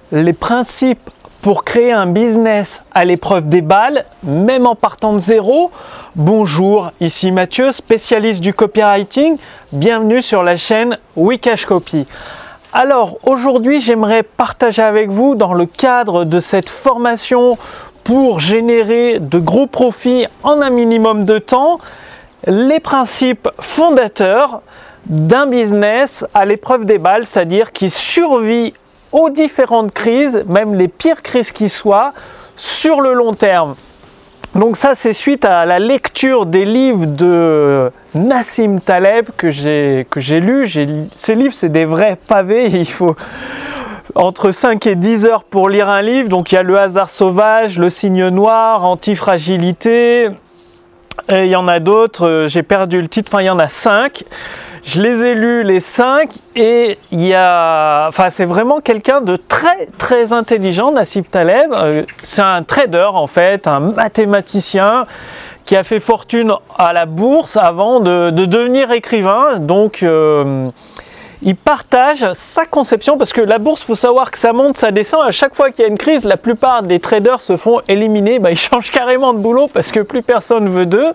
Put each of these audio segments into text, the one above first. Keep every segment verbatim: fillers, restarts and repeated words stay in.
les principes pour créer un business à l'épreuve des balles, même en partant de zéro. Bonjour, ici Mathieu, spécialiste du copywriting. Bienvenue sur la chaîne Wikash Copy. Alors aujourd'hui, j'aimerais partager avec vous dans le cadre de cette formation pour générer de gros profits en un minimum de temps, les principes fondateurs d'un business à l'épreuve des balles, c'est-à-dire qui survit aux différentes crises, même les pires crises qui soient, sur le long terme. Donc ça, c'est suite à la lecture des livres de Nassim Taleb que j'ai que j'ai lu. J'ai, ces livres, c'est des vrais pavés. Il faut entre cinq et dix heures pour lire un livre. Donc il y a Le hasard sauvage, Le signe noir, Antifragilité. Et il y en a d'autres. J'ai perdu le titre. Enfin, il y en a cinq. Je les ai lus les cinq et il y a, enfin c'est vraiment quelqu'un de très très intelligent, Nassim Taleb. C'est un trader en fait, un mathématicien qui a fait fortune à la bourse avant de, de devenir écrivain. Donc euh, il partage sa conception parce que la bourse, il faut savoir que ça monte, ça descend. À chaque fois qu'il y a une crise, la plupart des traders se font éliminer. Ben, ils changent carrément de boulot parce que plus personne veut d'eux.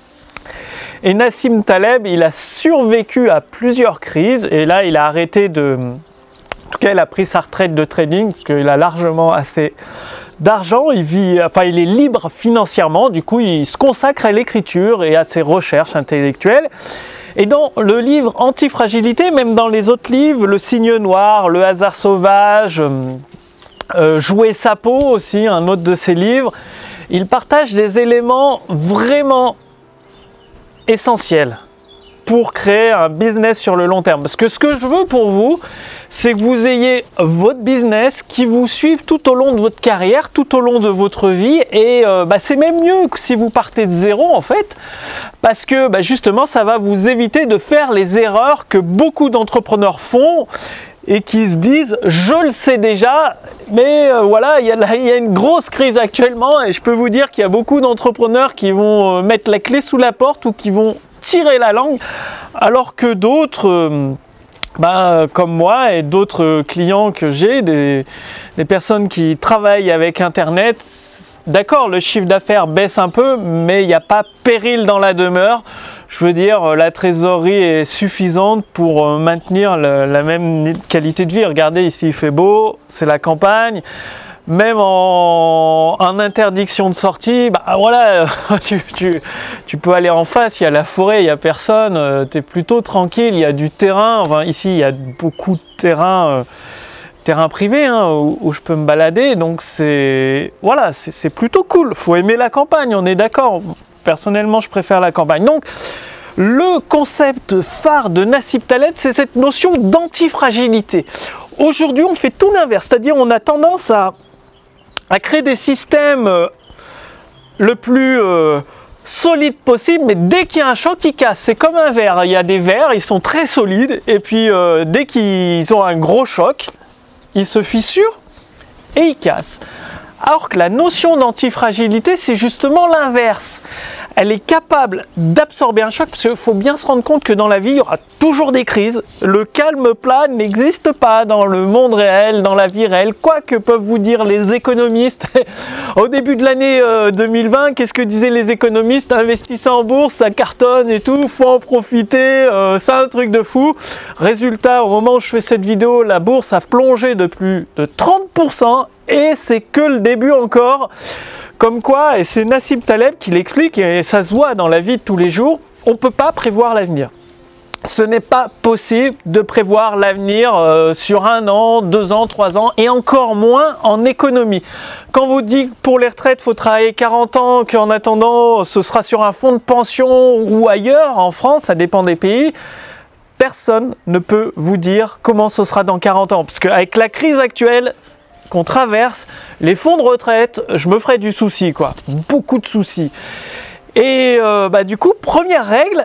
Et Nassim Taleb, il a survécu à plusieurs crises et là, il a arrêté de... En tout cas, il a pris sa retraite de trading parce qu'il a largement assez d'argent. Il vit, enfin, il est libre financièrement. Du coup, il se consacre à l'écriture et à ses recherches intellectuelles. Et dans le livre Antifragilité, même dans les autres livres, Le signe noir, Le hasard sauvage, euh, Jouer sa peau aussi, un autre de ses livres, il partage des éléments vraiment essentiel pour créer un business sur le long terme. Parce que ce que je veux pour vous, c'est que vous ayez votre business qui vous suive tout au long de votre carrière, tout au long de votre vie. Et euh, bah, c'est même mieux que si vous partez de zéro en fait. Parce que bah, justement, ça va vous éviter de faire les erreurs que beaucoup d'entrepreneurs font et qui se disent « je le sais déjà », mais euh, voilà, il y, a, il y a une grosse crise actuellement et je peux vous dire qu'il y a beaucoup d'entrepreneurs qui vont euh, mettre la clé sous la porte ou qui vont tirer la langue, alors que d'autres, euh, bah, comme moi et d'autres clients que j'ai, des, des personnes qui travaillent avec Internet, d'accord, le chiffre d'affaires baisse un peu, mais il n'y a pas péril dans la demeure. Je veux dire, la trésorerie est suffisante pour maintenir la, la même qualité de vie. Regardez, ici il fait beau, c'est la campagne. Même en, en interdiction de sortie, bah voilà, tu, tu, tu peux aller en face, il y a la forêt, il n'y a personne, tu es plutôt tranquille, il y a du terrain. Enfin, ici, il y a beaucoup de terrain, euh, terrain privé hein, où, où je peux me balader. Donc, c'est voilà, c'est, c'est plutôt cool. Il faut aimer la campagne, on est d'accord. Personnellement, je préfère la campagne. Donc, le concept phare de Nassim Taleb, c'est cette notion d'antifragilité. Aujourd'hui, on fait tout l'inverse, c'est-à-dire on a tendance à, à créer des systèmes euh, le plus euh, solides possible, mais dès qu'il y a un choc, ils cassent. C'est comme un verre. Il y a des verres, ils sont très solides, et puis euh, dès qu'ils ont un gros choc, ils se fissurent et ils cassent. Alors que la notion d'antifragilité, c'est justement l'inverse. Elle est capable d'absorber un choc, parce qu'il faut bien se rendre compte que dans la vie, il y aura toujours des crises. Le calme plat n'existe pas dans le monde réel, dans la vie réelle, quoi que peuvent vous dire les économistes. Au début de l'année euh, deux mille vingt, qu'est-ce que disaient les économistes? Investissez en bourse, ça cartonne et tout, faut en profiter, euh, c'est un truc de fou. Résultat, au moment où je fais cette vidéo, la bourse a plongé de plus de trente pour cent et c'est que le début encore. Comme quoi, et c'est Nassim Taleb qui l'explique, et ça se voit dans la vie de tous les jours, on ne peut pas prévoir l'avenir. Ce n'est pas possible de prévoir l'avenir euh, sur un an, deux ans, trois ans, et encore moins en économie. Quand vous dites que pour les retraites, il faut travailler quarante ans, qu'en attendant, ce sera sur un fonds de pension ou ailleurs, en France, ça dépend des pays, personne ne peut vous dire comment ce sera dans quarante ans. Parce qu'avec la crise actuelle qu'on traverse, les fonds de retraite, je me ferai du souci, quoi. Beaucoup de soucis. Et euh, bah, du coup, première règle,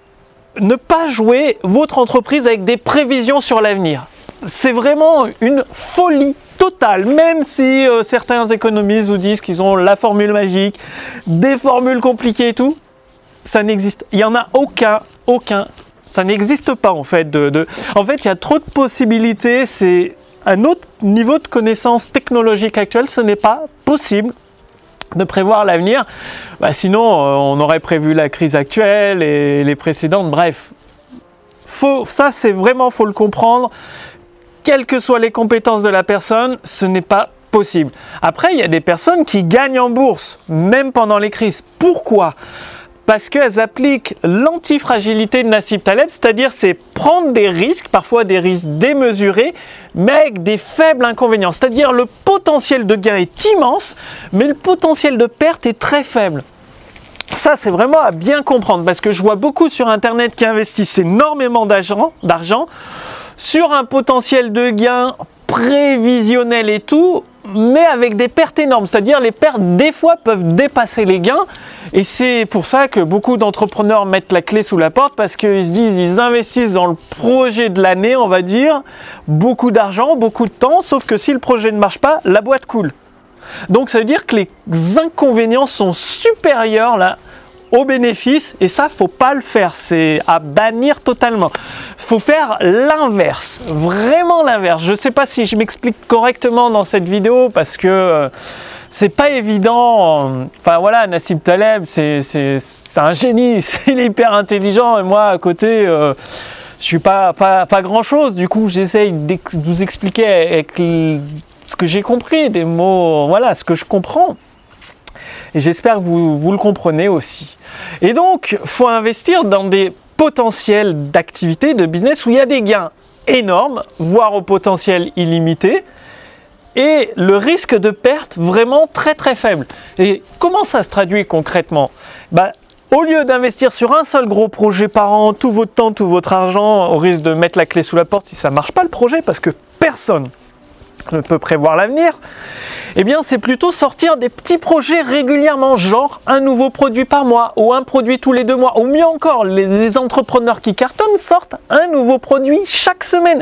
ne pas jouer votre entreprise avec des prévisions sur l'avenir. C'est vraiment une folie totale, même si euh, certains économistes vous disent qu'ils ont la formule magique, des formules compliquées et tout, ça n'existe. Il n'y en a aucun, aucun. Ça n'existe pas en fait. De, de... En fait, il y a trop de possibilités. C'est à notre niveau de connaissance technologique actuelle, ce n'est pas possible de prévoir l'avenir. Bah, sinon, euh, on aurait prévu la crise actuelle et les précédentes. Bref, faut, ça, c'est vraiment, faut le comprendre. Quelles que soient les compétences de la personne, ce n'est pas possible. Après, il y a des personnes qui gagnent en bourse, même pendant les crises. Pourquoi ? Parce qu'elles appliquent l'antifragilité de Nassim Taleb, c'est-à-dire c'est prendre des risques, parfois des risques démesurés, mais avec des faibles inconvénients. C'est-à-dire le potentiel de gain est immense, mais le potentiel de perte est très faible. Ça, c'est vraiment à bien comprendre, parce que je vois beaucoup sur Internet qui investissent énormément d'argent, d'argent sur un potentiel de gain prévisionnel et tout, mais avec des pertes énormes, c'est-à-dire les pertes des fois peuvent dépasser les gains, et c'est pour ça que beaucoup d'entrepreneurs mettent la clé sous la porte, parce qu'ils se disent, ils investissent dans le projet de l'année, on va dire, beaucoup d'argent, beaucoup de temps, sauf que si le projet ne marche pas, la boîte coule. Donc ça veut dire que les inconvénients sont supérieurs là aux bénéfices, et ça, faut pas le faire, c'est à bannir totalement. Faut faire l'inverse, vraiment l'inverse. Je sais pas si je m'explique correctement dans cette vidéo, parce que euh, c'est pas évident. Enfin voilà, Nassim Taleb, c'est, c'est, c'est un génie, il est hyper intelligent, et moi à côté, euh, je suis pas, pas, pas grand chose. Du coup, j'essaye de vous expliquer avec ce que j'ai compris, des mots, voilà, ce que je comprends. Et j'espère que vous, vous le comprenez aussi. Et donc, il faut investir dans des potentiels d'activité, de business où il y a des gains énormes, voire au potentiel illimité, et le risque de perte vraiment très très faible. Et comment ça se traduit concrètement ? Bah, au lieu d'investir sur un seul gros projet par an, tout votre temps, tout votre argent, au risque de mettre la clé sous la porte si ça ne marche pas le projet, parce que personne ne peut prévoir l'avenir, eh bien c'est plutôt sortir des petits projets régulièrement, genre un nouveau produit par mois ou un produit tous les deux mois, ou mieux encore, les, les entrepreneurs qui cartonnent sortent un nouveau produit chaque semaine.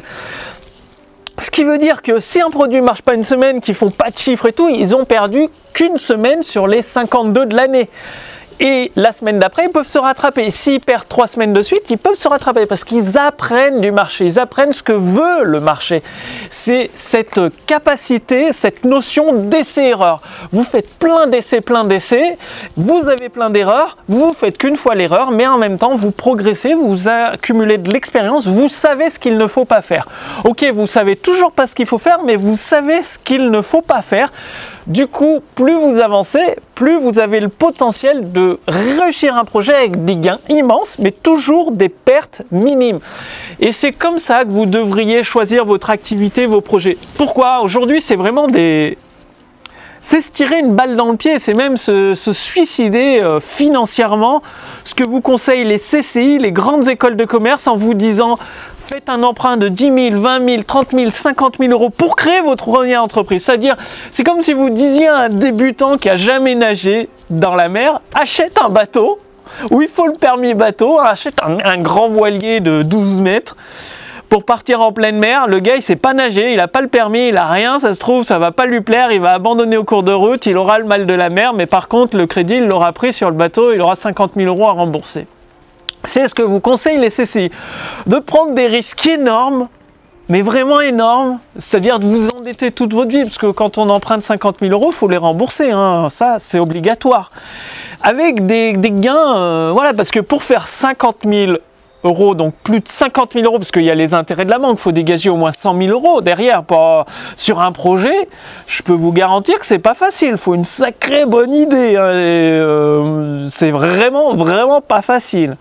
Ce qui veut dire que si un produit ne marche pas une semaine, qu'ils font pas de chiffres et tout, ils ont perdu qu'une semaine sur les cinquante-deux de l'année. Et la semaine d'après, ils peuvent se rattraper. S'ils perdent trois semaines de suite, ils peuvent se rattraper parce qu'ils apprennent du marché, ils apprennent ce que veut le marché. C'est cette capacité, cette notion d'essai-erreur. Vous faites plein d'essais, plein d'essais, vous avez plein d'erreurs, vous ne faites qu'une fois l'erreur, mais en même temps, vous progressez, vous accumulez de l'expérience, vous savez ce qu'il ne faut pas faire. Ok, vous savez toujours pas ce qu'il faut faire, mais vous savez ce qu'il ne faut pas faire. Du coup, plus vous avancez, plus vous avez le potentiel de réussir un projet avec des gains immenses, mais toujours des pertes minimes. Et c'est comme ça que vous devriez choisir votre activité, vos projets. Pourquoi ? Aujourd'hui, c'est vraiment des... c'est se tirer une balle dans le pied, c'est même se, se suicider euh, financièrement. Ce que vous conseillent les C C I, les grandes écoles de commerce, en vous disant... faites un emprunt de dix mille, vingt mille, trente mille, cinquante mille euros pour créer votre première entreprise. C'est-à-dire, c'est comme si vous disiez à un débutant qui a jamais nagé dans la mer, achète un bateau, où il faut le permis bateau, achète un, un grand voilier de douze mètres pour partir en pleine mer. Le gars, il sait pas nager, il a pas le permis, il a rien, ça se trouve, ça va pas lui plaire, il va abandonner au cours de route, il aura le mal de la mer, mais par contre, le crédit, il l'aura pris sur le bateau, il aura cinquante mille euros à rembourser. C'est ce que vous conseillent les C C I, de prendre des risques énormes, mais vraiment énormes, c'est-à-dire de vous endetter toute votre vie, parce que quand on emprunte cinquante mille euros, il faut les rembourser, hein. Ça c'est obligatoire. Avec des, des gains, euh, voilà, parce que pour faire cinquante mille euros, donc plus de cinquante mille euros, parce qu'il y a les intérêts de la banque, il faut dégager au moins cent mille euros derrière pour, sur un projet, je peux vous garantir que c'est pas facile, il faut une sacrée bonne idée, hein, et, euh, c'est vraiment, vraiment pas facile.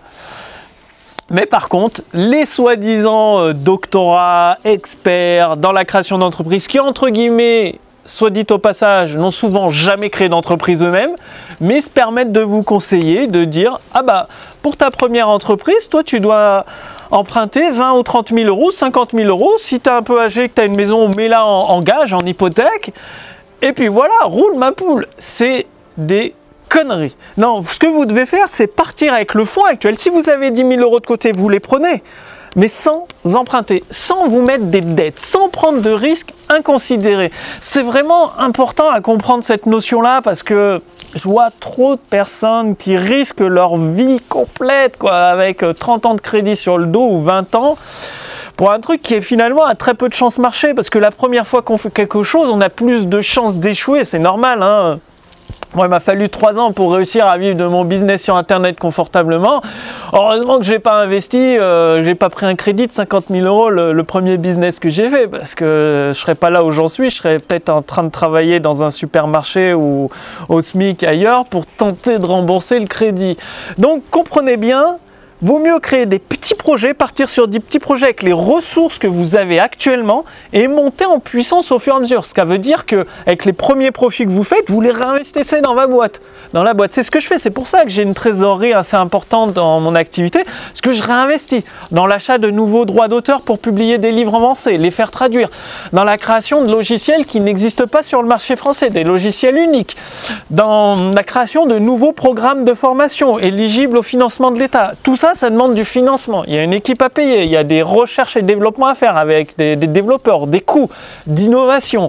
Mais par contre, les soi-disant euh, doctorats, experts dans la création d'entreprises, qui entre guillemets, soit dit au passage, n'ont souvent jamais créé d'entreprise eux-mêmes, mais se permettent de vous conseiller, de dire « Ah bah, pour ta première entreprise, toi tu dois emprunter vingt ou trente mille euros, cinquante mille euros, si tu es un peu âgé, que tu as une maison, mets-la en, en gage, en hypothèque, et puis voilà, roule ma poule ». C'est des conneries. Non, ce que vous devez faire, c'est partir avec le fonds actuel. Si vous avez dix mille euros de côté, vous les prenez, mais sans emprunter, sans vous mettre des dettes, sans prendre de risques inconsidérés. C'est vraiment important à comprendre cette notion-là, parce que je vois trop de personnes qui risquent leur vie complète, quoi, avec trente ans de crédit sur le dos ou vingt ans, pour un truc qui est finalement à très peu de chances marcher, parce que la première fois qu'on fait quelque chose, on a plus de chances d'échouer, c'est normal, hein. Moi, il m'a fallu trois ans pour réussir à vivre de mon business sur Internet confortablement. Heureusement que je n'ai pas investi, euh, j'ai pas pris un crédit de cinquante mille euros le, le premier business que j'ai fait, parce que je serais pas là où j'en suis, je serais peut-être en train de travailler dans un supermarché ou au SMIC ailleurs pour tenter de rembourser le crédit. Donc, comprenez bien, vaut mieux créer des petits projets, partir sur des petits projets avec les ressources que vous avez actuellement et monter en puissance au fur et à mesure. Ce qui veut dire qu'avec les premiers profits que vous faites, vous les réinvestissez dans la boîte. Dans la boîte. C'est ce que je fais. C'est pour ça que j'ai une trésorerie assez importante dans mon activité, parce que je réinvestis dans l'achat de nouveaux droits d'auteur pour publier des livres avancés, les faire traduire, dans la création de logiciels qui n'existent pas sur le marché français, des logiciels uniques, dans la création de nouveaux programmes de formation éligibles au financement de l'État. Tout ça, ça demande du financement. Il y a une équipe à payer, il y a des recherches et développements à faire avec des, des développeurs, des coûts d'innovation.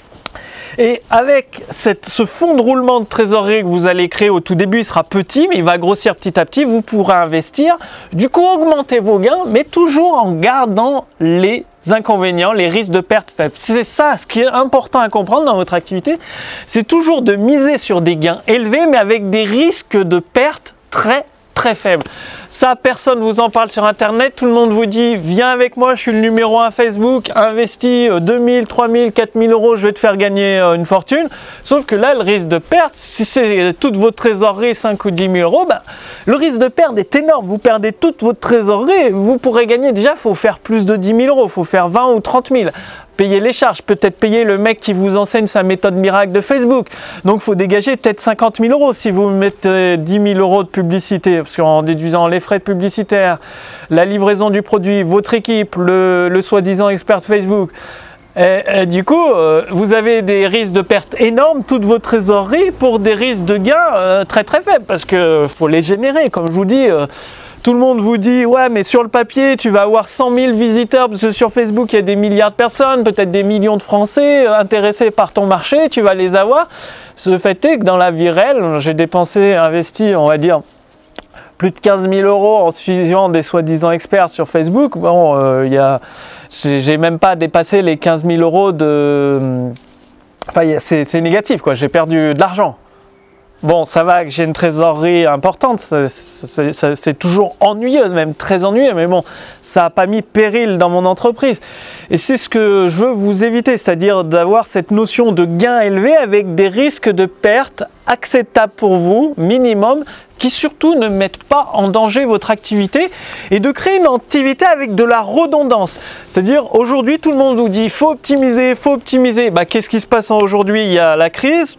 Et avec cette, ce fonds de roulement de trésorerie que vous allez créer au tout début, il sera petit, mais il va grossir petit à petit, vous pourrez investir, du coup augmenter vos gains, mais toujours en gardant les inconvénients, les risques de perte faibles. C'est ça, ce qui est important à comprendre dans votre activité, c'est toujours de miser sur des gains élevés, mais avec des risques de perte très très faible. Ça, personne vous en parle sur Internet. Tout le monde vous dit, viens avec moi, je suis le numéro un Facebook, investis deux mille, trois mille, quatre mille euros, je vais te faire gagner une fortune. Sauf que là, le risque de perte, si c'est toute votre trésorerie, cinq ou dix mille euros, ben, le risque de perte est énorme. Vous perdez toute votre trésorerie, vous pourrez gagner, déjà, il faut faire plus de dix mille euros, il faut faire vingt ou trente mille. Payer les charges, peut-être payer le mec qui vous enseigne sa méthode miracle de Facebook. Donc, il faut dégager peut-être cinquante mille euros si vous mettez dix mille euros de publicité, parce qu'en déduisant les frais publicitaires, la livraison du produit, votre équipe, le, le soi-disant expert Facebook. Et, et du coup, euh, vous avez des risques de perte énormes, toute votre trésorerie, pour des risques de gains euh, très très faibles, parce qu'il faut les générer, comme je vous dis. Euh, Tout le monde vous dit, ouais, mais sur le papier, tu vas avoir cent mille visiteurs, parce que sur Facebook, il y a des milliards de personnes, peut-être des millions de Français intéressés par ton marché, tu vas les avoir. Ce fait est que dans la vie réelle, j'ai dépensé, investi, on va dire, plus de quinze mille euros en suivant des soi-disant experts sur Facebook. Bon, euh, y a, j'ai, j'ai même pas dépassé les quinze mille euros de... Enfin, c'est, c'est négatif, quoi. J'ai perdu de l'argent. Bon, ça va que j'ai une trésorerie importante, c'est, c'est, c'est, c'est toujours ennuyeux, même très ennuyeux, mais bon, ça n'a pas mis péril dans mon entreprise. Et c'est ce que je veux vous éviter, c'est-à-dire d'avoir cette notion de gain élevé avec des risques de perte acceptables pour vous, minimum, qui surtout ne mettent pas en danger votre activité, et de créer une activité avec de la redondance. C'est-à-dire, aujourd'hui, tout le monde vous dit, il faut optimiser, il faut optimiser. Bah, qu'est-ce qui se passe aujourd'hui? Il y a la crise,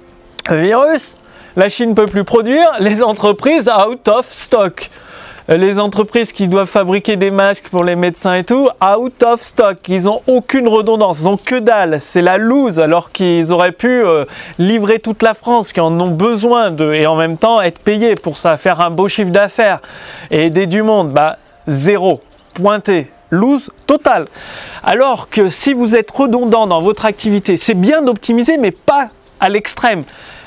le virus. La Chine ne peut plus produire, les entreprises out of stock. Les entreprises qui doivent fabriquer des masques pour les médecins et tout, out of stock. Ils n'ont aucune redondance, ils n'ont que dalle. C'est la loose, alors qu'ils auraient pu euh, livrer toute la France, qui en ont besoin de, et en même temps être payés pour ça, faire un beau chiffre d'affaires et aider du monde. Bah, zéro, pointé. Lose total. Alors que si vous êtes redondant dans votre activité, c'est bien d'optimiser, mais pas à l'extrême.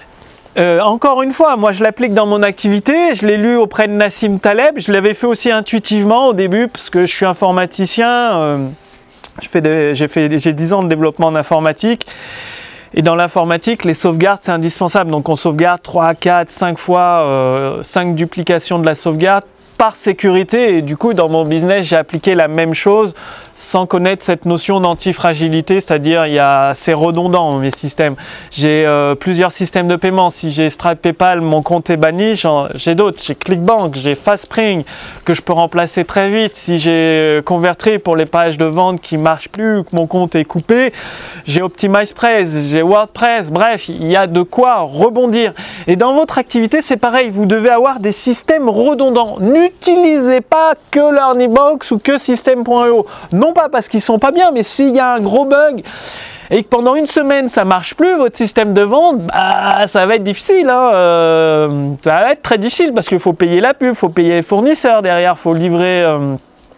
Euh, encore une fois, moi je l'applique dans mon activité, je l'ai lu auprès de Nassim Taleb, je l'avais fait aussi intuitivement au début parce que je suis informaticien, euh, je fais des, j'ai, fait, j'ai dix ans de développement en informatique et dans l'informatique les sauvegardes c'est indispensable, donc on sauvegarde trois, quatre, cinq fois, euh, cinq duplications de la sauvegarde par sécurité et du coup dans mon business j'ai appliqué la même chose sans connaître cette notion d'antifragilité, c'est-à-dire il y a, c'est redondant mes systèmes. J'ai euh, plusieurs systèmes de paiement. Si j'ai Stripe, PayPal, mon compte est banni, j'en, j'ai d'autres. J'ai ClickBank, j'ai FastSpring que je peux remplacer très vite. Si j'ai Convertri pour les pages de vente qui ne marchent plus, que mon compte est coupé, j'ai OptimizePress, j'ai WordPress. Bref, il y a de quoi rebondir. Et dans votre activité, c'est pareil. Vous devez avoir des systèmes redondants. N'utilisez pas que LearnyBox ou que System point i o. Non pas parce qu'ils sont pas bien, mais s'il y a un gros bug et que pendant une semaine ça marche plus, votre système de vente, bah, ça va être difficile. Hein, euh, ça va être très difficile parce qu'il faut payer la pub, il faut payer les fournisseurs derrière, il faut livrer, euh,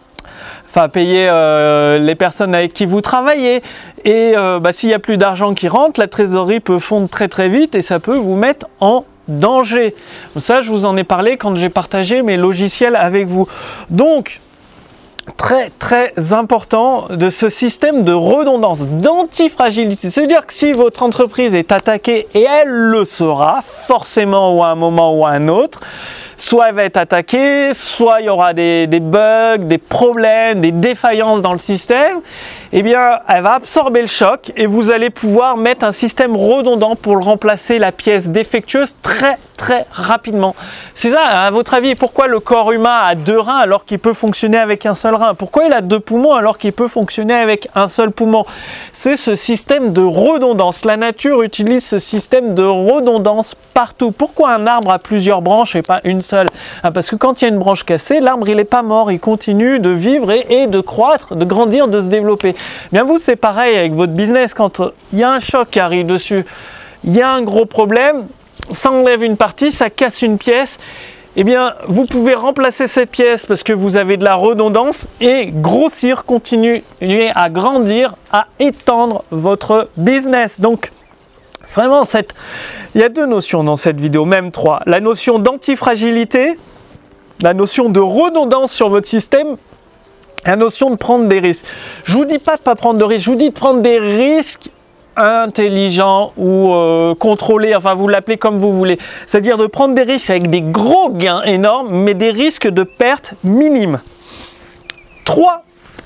enfin payer euh, les personnes avec qui vous travaillez. Et euh, bah, s'il n'y a plus d'argent qui rentre, la trésorerie peut fondre très très vite et ça peut vous mettre en danger. Ça, je vous en ai parlé quand j'ai partagé mes logiciels avec vous. Donc, très très important de ce système de redondance, d'antifragilité. C'est-à-dire que si votre entreprise est attaquée, et elle le sera forcément ou à un moment ou à un autre, soit elle va être attaquée, soit il y aura des, des bugs, des problèmes, des défaillances dans le système, eh bien, elle va absorber le choc et vous allez pouvoir mettre un système redondant pour le remplacer la pièce défectueuse très très rapidement. C'est ça, à votre avis, pourquoi le corps humain a deux reins alors qu'il peut fonctionner avec un seul rein? Pourquoi il a deux poumons alors qu'il peut fonctionner avec un seul poumon? C'est ce système de redondance. La nature utilise ce système de redondance partout. Pourquoi un arbre a plusieurs branches et pas une seule? Parce que quand il y a une branche cassée, l'arbre il n'est pas mort, il continue de vivre et, et de croître, de grandir, de se développer. Bien vous, c'est pareil avec votre business. Quand il y a un choc qui arrive dessus, il y a un gros problème, ça enlève une partie, ça casse une pièce, eh bien vous pouvez remplacer cette pièce parce que vous avez de la redondance et grossir, continuer à grandir, à étendre votre business. Donc c'est vraiment cette... Il y a deux notions dans cette vidéo, même trois. La notion d'antifragilité, la notion de redondance sur votre système, la notion de prendre des risques. Je ne vous dis pas de ne pas prendre de risques, je vous dis de prendre des risques intelligents ou euh, contrôlés, enfin vous l'appelez comme vous voulez. C'est-à-dire de prendre des risques avec des gros gains énormes, mais des risques de perte minimes. Trois.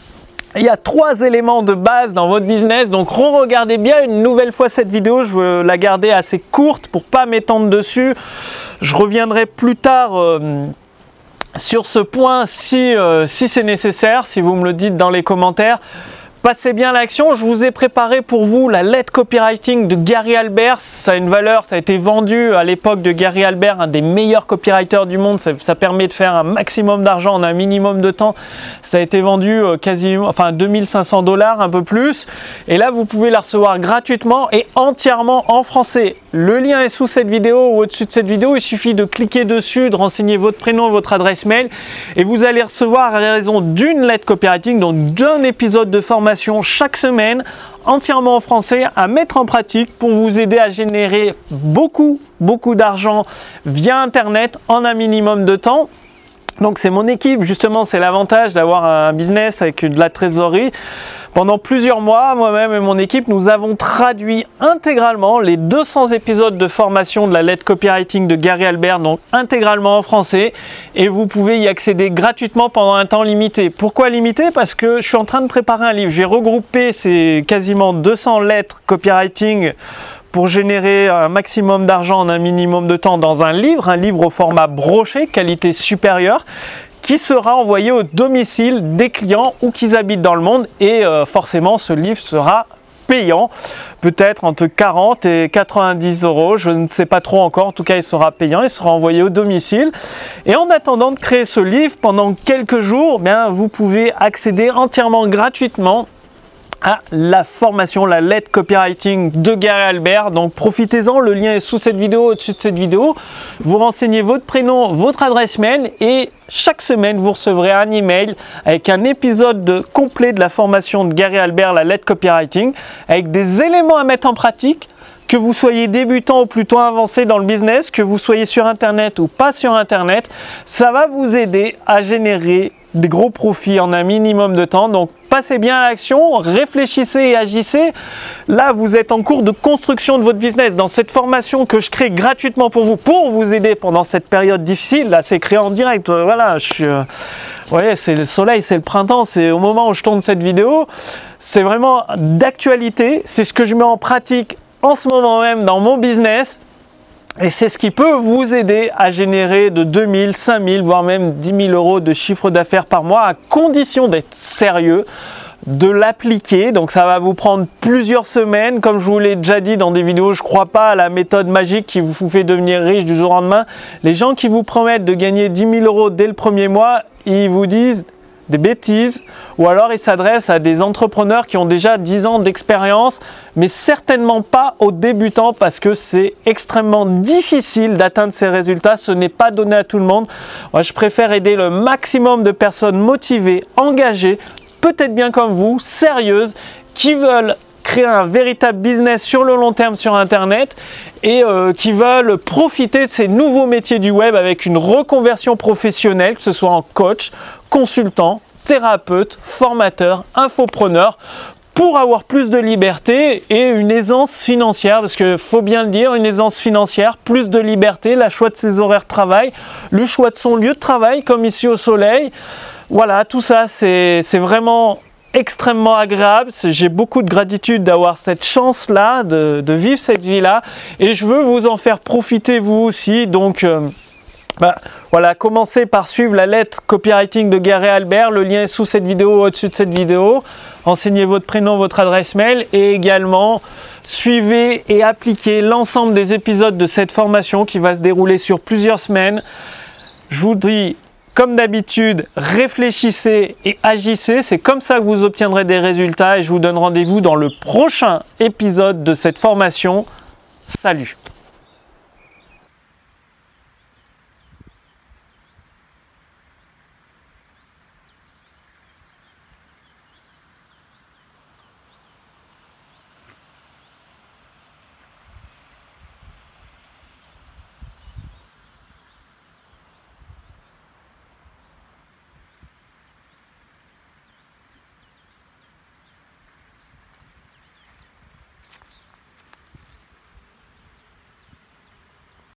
Il y a trois éléments de base dans votre business, donc re-regardez bien une nouvelle fois cette vidéo. Je veux la garder assez courte pour ne pas m'étendre dessus. Je reviendrai plus tard euh, sur ce point si, euh, si c'est nécessaire, si vous me le dites dans les commentaires. Passez bien à l'action, je vous ai préparé pour vous la lettre copywriting de Gary Halbert. Ça a une valeur, ça a été vendu à l'époque de Gary Halbert, un des meilleurs copywriters du monde. Ça, ça permet de faire un maximum d'argent en un minimum de temps. Ça a été vendu euh, quasiment, enfin deux mille cinq cents dollars, un peu plus. Et là, vous pouvez la recevoir gratuitement et entièrement en français. Le lien est sous cette vidéo ou au-dessus de cette vidéo. Il suffit de cliquer dessus, de renseigner votre prénom et votre adresse mail. Et vous allez recevoir à raison d'une lettre copywriting, donc d'un épisode de formation chaque semaine, entièrement en français, à mettre en pratique pour vous aider à générer beaucoup, beaucoup d'argent via Internet en un minimum de temps. Donc c'est mon équipe, justement, c'est l'avantage d'avoir un business avec de la trésorerie. Pendant plusieurs mois, moi-même et mon équipe, nous avons traduit intégralement les deux cents épisodes de formation de la lettre copywriting de Gary Halbert, donc intégralement en français, et vous pouvez y accéder gratuitement pendant un temps limité. Pourquoi limité? Parce que je suis en train de préparer un livre. J'ai regroupé ces quasiment deux cents lettres copywriting pour générer un maximum d'argent en un minimum de temps dans un livre, un livre au format broché, qualité supérieure, qui sera envoyé au domicile des clients où qu'ils habitent dans le monde. Et euh, forcément, ce livre sera payant, peut-être entre quarante et quatre-vingt-dix euros, je ne sais pas trop encore. En tout cas, il sera payant, il sera envoyé au domicile. Et en attendant de créer ce livre, pendant quelques jours, bien, vous pouvez accéder entièrement gratuitement à la formation, la lettre copywriting de Gary Halbert. Donc profitez-en, le lien est sous cette vidéo, au-dessus de cette vidéo. Vous renseignez votre prénom, votre adresse mail et chaque semaine vous recevrez un email avec un épisode de, complet de la formation de Gary Halbert, la lettre copywriting, avec des éléments à mettre en pratique. Que vous soyez débutant ou plutôt avancé dans le business, que vous soyez sur Internet ou pas sur Internet, ça va vous aider à générer des gros profits en un minimum de temps. Donc passez bien à l'action, réfléchissez et agissez. Là, vous êtes en cours de construction de votre business. Dans cette formation que je crée gratuitement pour vous, pour vous aider pendant cette période difficile, là c'est créé en direct. Voilà, je suis... Vous voyez, c'est le soleil, c'est le printemps, c'est au moment où je tourne cette vidéo. C'est vraiment d'actualité, c'est ce que je mets en pratique en ce moment même dans mon business, et c'est ce qui peut vous aider à générer de deux mille, cinq mille, voire même dix mille euros de chiffre d'affaires par mois, à condition d'être sérieux, de l'appliquer. Donc ça va vous prendre plusieurs semaines, comme je vous l'ai déjà dit dans des vidéos. Je ne crois pas à la méthode magique qui vous fait devenir riche du jour au lendemain. Les gens qui vous promettent de gagner dix mille euros dès le premier mois, ils vous disent des bêtises, ou alors ils s'adressent à des entrepreneurs qui ont déjà dix ans d'expérience, mais certainement pas aux débutants, parce que c'est extrêmement difficile d'atteindre ces résultats. Ce n'est pas donné à tout le monde. Moi, je préfère aider le maximum de personnes motivées, engagées, peut-être bien comme vous, sérieuses, qui veulent créer un véritable business sur le long terme sur Internet et euh, qui veulent profiter de ces nouveaux métiers du web avec une reconversion professionnelle, que ce soit en coach, consultant, thérapeute, formateur, infopreneur, pour avoir plus de liberté et une aisance financière, parce qu'il faut bien le dire, une aisance financière, plus de liberté, le choix de ses horaires de travail, le choix de son lieu de travail, comme ici au soleil. Voilà, tout ça, c'est vraiment extrêmement agréable. J'ai beaucoup de gratitude d'avoir cette chance-là, de, de vivre cette vie-là, et je veux vous en faire profiter vous aussi. Donc, euh, bah, voilà, commencez par suivre la lettre copywriting de Gary Albert. Le lien est sous cette vidéo, au-dessus de cette vidéo. Renseignez votre prénom, votre adresse mail, et également suivez et appliquez l'ensemble des épisodes de cette formation qui va se dérouler sur plusieurs semaines. Je vous dis, comme d'habitude, réfléchissez et agissez. C'est comme ça que vous obtiendrez des résultats, et je vous donne rendez-vous dans le prochain épisode de cette formation. Salut!